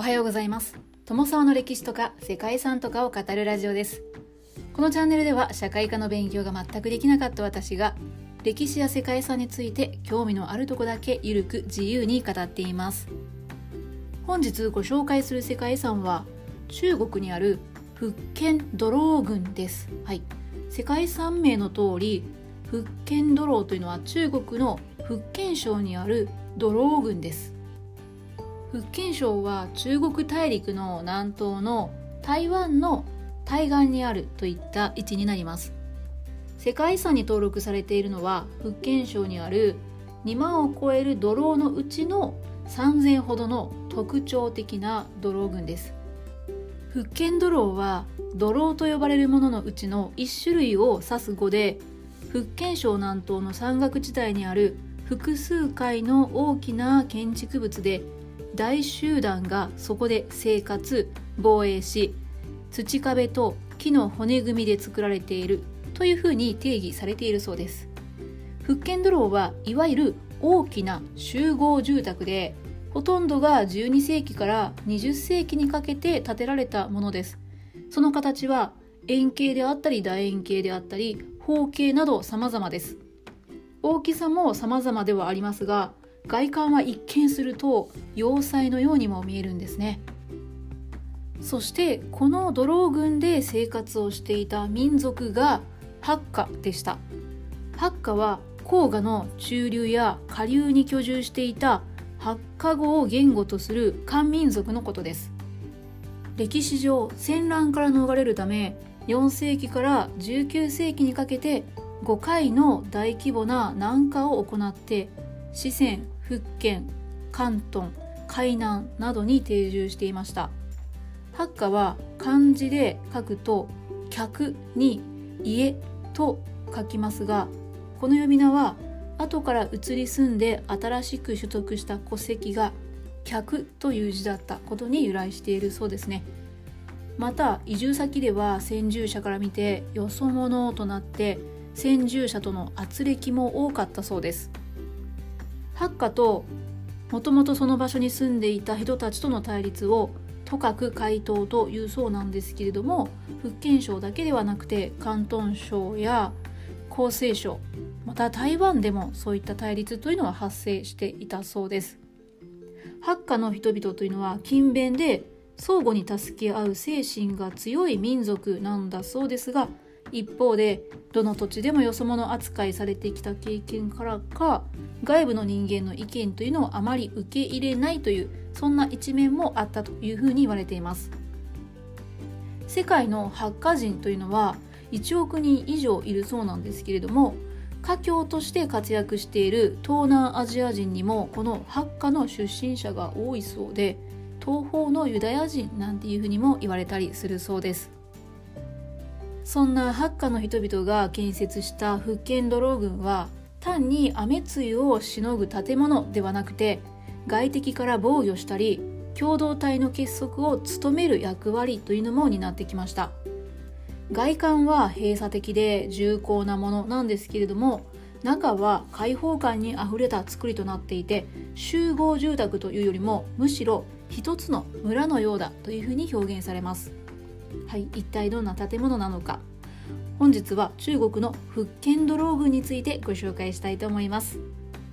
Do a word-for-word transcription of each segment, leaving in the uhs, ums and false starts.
はようございます。友沢の歴史とか世界遺産とかを語るラジオです。このチャンネルでは社会科の勉強が全くできなかった私が歴史や世界遺産について興味のあるとこだけゆるく自由に語っています。本日ご紹介する世界遺産は中国にある福建土楼群です。はい、世界遺産名の通り福建土楼というのは中国の福建省にある土楼群です。福建省は中国大陸の南東の台湾の対岸にあるといった位置になります。世界遺産に登録されているのは福建省にあるにまんを超える土楼のうちのさんぜんほどの特徴的な土楼群です。福建土楼は土楼と呼ばれるもののうちの一種類を指す語で、福建省南東の山岳地帯にある複数階の大きな建築物で、大集団がそこで生活防衛し、土壁と木の骨組みで作られているというふうに定義されているそうです。福建土楼はいわゆる大きな集合住宅で、ほとんどがじゅうにせいきからにじゅっせいきにかけて建てられたものです。その形は円形であったり楕円形であったり方形など様々です。大きさも様々ではありますが、外観は一見すると要塞のようにも見えるんですね。そしてこの土楼群で生活をしていた民族がハッカでした。ハッカは黄河の中流や下流に居住していたハッカ語を言語とする漢民族のことです。歴史上戦乱から逃れるためよんせいきからじゅうきゅうせいきにかけてごかいの大規模な南下を行って、四川、福建、広東、海南などに定住していました。ハッカは漢字で書くと客に家と書きますが、この呼び名は後から移り住んで新しく取得した戸籍が客という字だったことに由来しているそうですね。また移住先では先住者から見てよそ者となって先住者との圧力も多かったそうです。ハッカともともとその場所に住んでいた人たちとの対立をとかく回答というそうなんですけれども、福建省だけではなくて広東省や江西省、また台湾でもそういった対立というのは発生していたそうです。ハッカの人々というのは勤勉で相互に助け合う精神が強い民族なんだそうですが、一方でどの土地でもよそ者扱いされてきた経験からか、外部の人間の意見というのをあまり受け入れないという、そんな一面もあったというふうに言われています。世界のハッカ人というのはいちおくにん以上いるそうなんですけれども、華僑として活躍している東南アジア人にもこのハッカの出身者が多いそうで、東方のユダヤ人なんていうふうにも言われたりするそうです。そんなハッカの人々が建設した福建土楼群は単に雨露をしのぐ建物ではなくて、外敵から防御したり共同体の結束を務める役割というのも担ってきました。外観は閉鎖的で重厚なものなんですけれども、中は開放感にあふれた作りとなっていて、集合住宅というよりもむしろ一つの村のようだというふうに表現されます。はい、一体どんな建物なのか、本日は中国の福建土楼群についてご紹介したいと思います。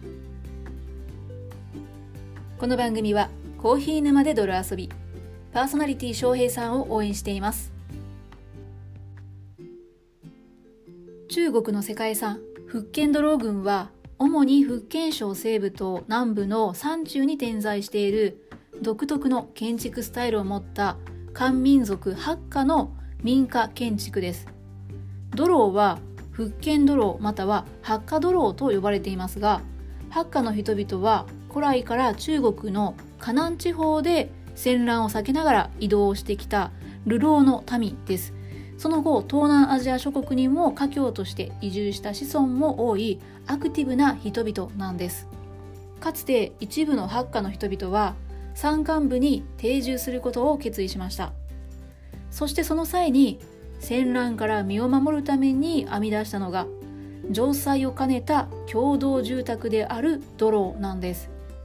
この番組はコーヒー沼で泥遊び、パーソナリティ翔平さんを応援しています。中国の世界遺産福建土楼群は主に福建省西部と南部の山中に点在している独特の建築スタイルを持った漢民族ハッカの民家建築です。土楼は福建土楼またはハッカ土楼と呼ばれていますが、ハッカの人々は古来から中国の河南地方で戦乱を避けながら移動してきた流浪の民です。その後東南アジア諸国にも華僑として移住した子孫も多いアクティブな人々なんです。かつて一部のハッカの人々は山間部に定住することを決意しました。そしてその際に戦乱から身を守るために編み出したのが城塞を兼ねた共同住宅である土楼なんです。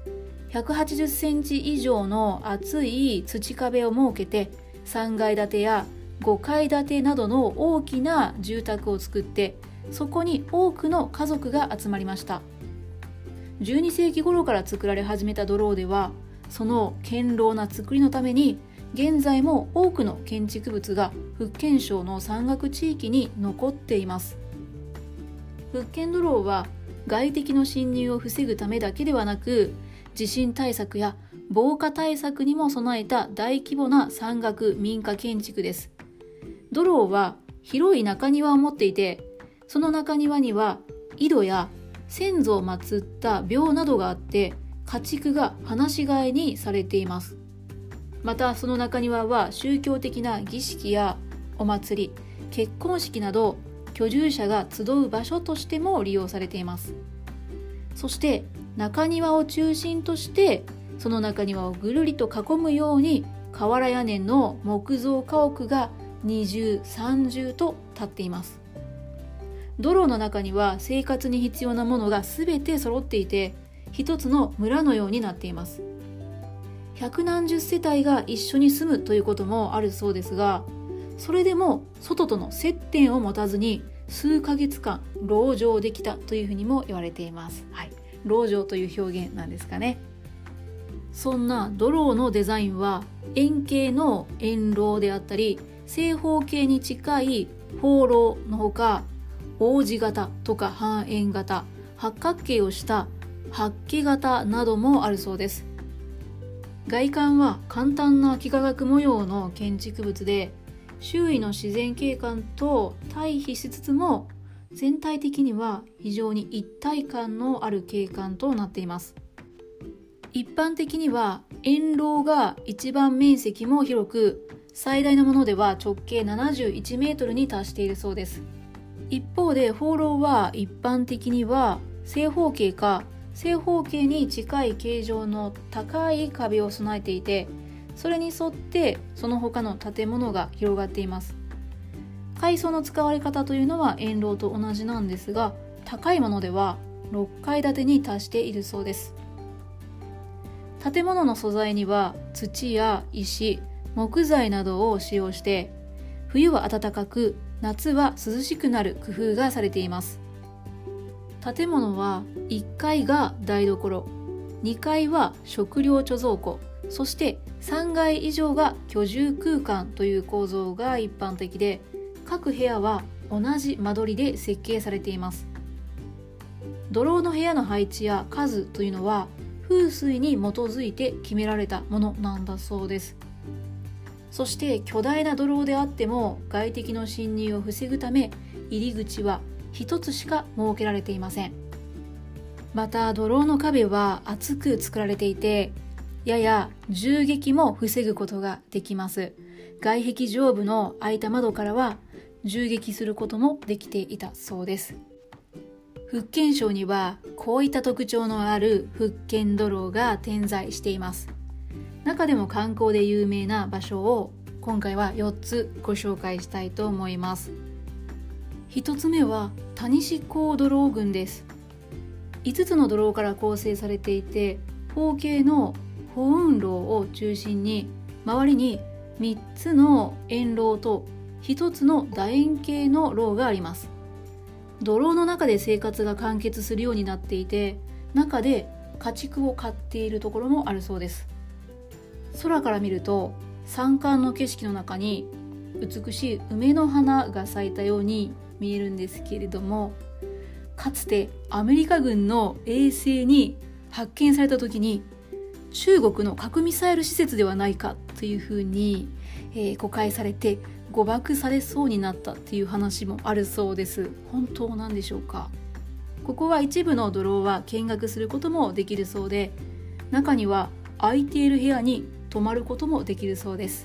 ひゃくはちじゅっセンチ以上の厚い土壁を設けてさんがい建てやごかい建てなどの大きな住宅を作って、そこに多くの家族が集まりました。じゅうにせいき頃から作られ始めた土楼では、その堅牢な作りのために現在も多くの建築物が福建省の山岳地域に残っています。福建土楼は外敵の侵入を防ぐためだけではなく、地震対策や防火対策にも備えた大規模な山岳民家建築です。土楼は広い中庭を持っていて、その中庭には井戸や先祖を祀った廟などがあって、家畜が放し飼いにされています。またその中庭は宗教的な儀式やお祭り、結婚式など居住者が集う場所としても利用されています。そして中庭を中心として、その中庭をぐるりと囲むように瓦屋根の木造家屋がに重さん重と立っています。土楼の中には生活に必要なものがすべて揃っていて、一つの村のようになっています。百何十世帯が一緒に住むということもあるそうですが、それでも外との接点を持たずに数ヶ月間籠城できたというふうにも言われています。はい、籠城という表現なんですかね。そんな土楼のデザインは円形の円楼であったり、正方形に近い方楼のほか、王子型とか半円型、八角形をした八家型などもあるそうです。外観は簡単な幾何学模様の建築物で、周囲の自然景観と対比しつつも全体的には非常に一体感のある景観となっています。一般的には円楼が一番面積も広く、最大のものでは直径ななじゅういちメートルに達しているそうです。一方で方楼は一般的には正方形か正方形に近い形状の高い壁を備えていて、それに沿ってその他の建物が広がっています。階層の使われ方というのは円楼と同じなんですが、高いものではろっかい建てに達しているそうです。建物の素材には土や石、木材などを使用して、冬は暖かく夏は涼しくなる工夫がされています。建物はいっかいが台所、にかいは食料貯蔵庫、そしてさんがい以上が居住空間という構造が一般的で、各部屋は同じ間取りで設計されています。土楼の部屋の配置や数というのは風水に基づいて決められたものなんだそうです。そして巨大な土楼であっても外敵の侵入を防ぐため、入り口は一つしか設けられていません。また土楼の壁は厚く作られていて、やや銃撃も防ぐことができます。外壁上部の開いた窓からは銃撃することもできていたそうです。福建省にはこういった特徴のある福建土楼が点在しています。中でも観光で有名な場所を今回はよっつご紹介したいと思います。ひとつめは谷子港土楼群です。いつつの土楼から構成されていて、方形の宝雲楼を中心に周りにみっつの円楼とひとつの楕円形の楼があります。土楼の中で生活が完結するようになっていて、中で家畜を飼っているところもあるそうです。空から見ると山間の景色の中に美しい梅の花が咲いたように見えるんですけれども、かつてアメリカ軍の衛星に発見された時に中国の核ミサイル施設ではないかというふうに、えー、誤解されて誤爆されそうになったっていう話もあるそうです。本当なんでしょうか。ここは一部の土楼は見学することもできるそうで、中には空いている部屋に泊まることもできるそうです。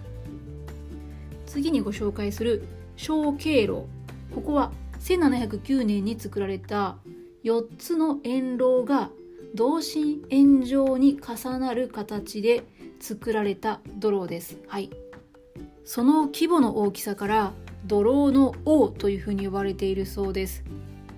次にご紹介する小経楼、ここはせんななひゃくきゅうねんに作られたよっつの円楼が同心円状に重なる形で作られた土楼です。はい、その規模の大きさから土楼の王というふうに呼ばれているそうです。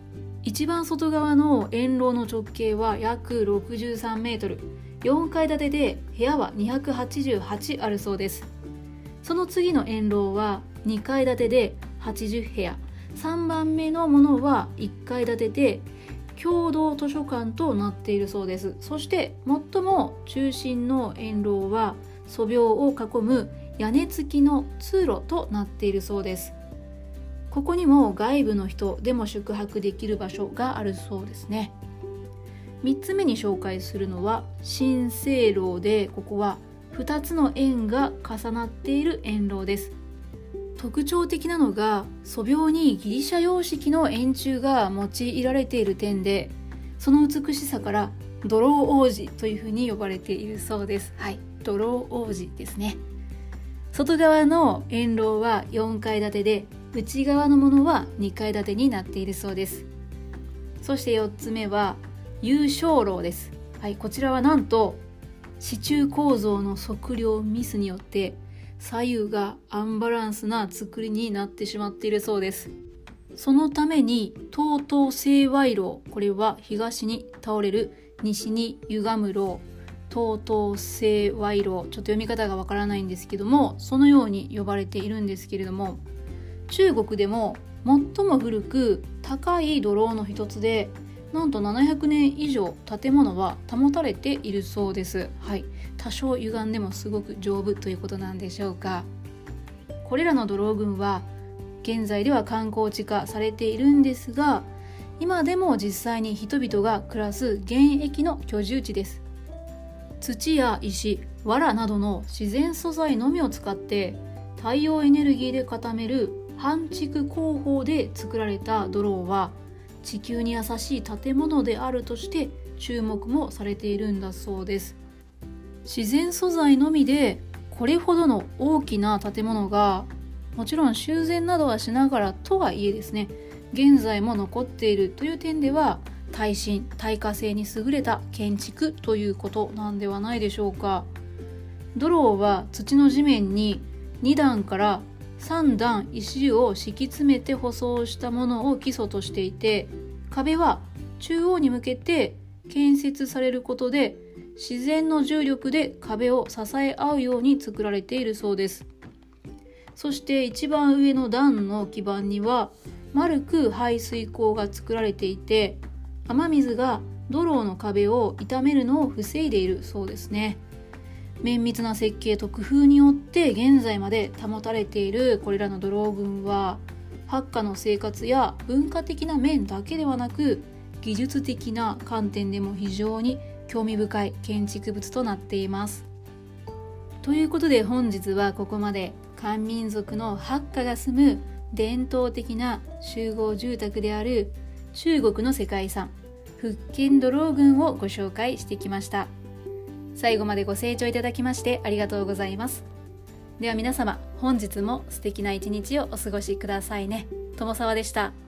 一番外側の円廊の直径は約ろくじゅうさんメートル、よんかい建てで部屋はにひゃくはちじゅうはちあるそうです。その次の円廊はにかい建てではちじゅうへや、さんばんめのものはいっかい建てで共同図書館となっているそうです。そして最も中心の円廊は素描を囲む屋根付きの通路となっているそうです。ここにも外部の人でも宿泊できる場所があるそうですね。みっつめに紹介するのは新生楼で、ここはふたつの円が重なっている円廊です。特徴的なのが素描にギリシャ様式の円柱が用いられている点で、その美しさからドロー王子というふうに呼ばれているそうです。はい、ドロー王子ですね。外側の円廊はよんかい建てで、内側のものはにかい建てになっているそうです。そしてよっつめは優勝楼です。はい、こちらはなんと支柱構造の測量ミスによって左右がアンバランスな作りになってしまっているそうです。そのために東東西歪楼、これは東に倒れる、西に歪む楼、東東西歪楼、ちょっと読み方がわからないんですけども、そのように呼ばれているんですけれども、中国でも最も古く高い土楼の一つで、なんとななひゃくねん以上建物は保たれているそうです。はい、多少歪んでもすごく丈夫ということなんでしょうか。これらの土楼群は現在では観光地化されているんですが、今でも実際に人々が暮らす現役の居住地です。土や石、藁などの自然素材のみを使って太陽エネルギーで固める半築工法で作られた土楼は地球に優しい建物であるとして注目もされているんだそうです。自然素材のみでこれほどの大きな建物が、もちろん修繕などはしながらとはいえですね、現在も残っているという点では耐震・耐火性に優れた建築ということなんではないでしょうか。土楼は土の地面にに段からさん段石を敷き詰めて舗装したものを基礎としていて、壁は中央に向けて建設されることで自然の重力で壁を支え合うように作られているそうです。そして一番上の段の基板には丸く排水口が作られていて、雨水が土楼の壁を傷めるのを防いでいるそうですね。綿密な設計と工夫によって現在まで保たれているこれらの土楼群は、白家の生活や文化的な面だけではなく、技術的な観点でも非常に興味深い建築物となっています。ということで本日はここまで、漢民族の白家が住む伝統的な集合住宅である中国の世界遺産福建土楼群をご紹介してきました。最後までご清聴いただきましてありがとうございます。では皆様、本日も素敵な一日をお過ごしくださいね。友沢でした。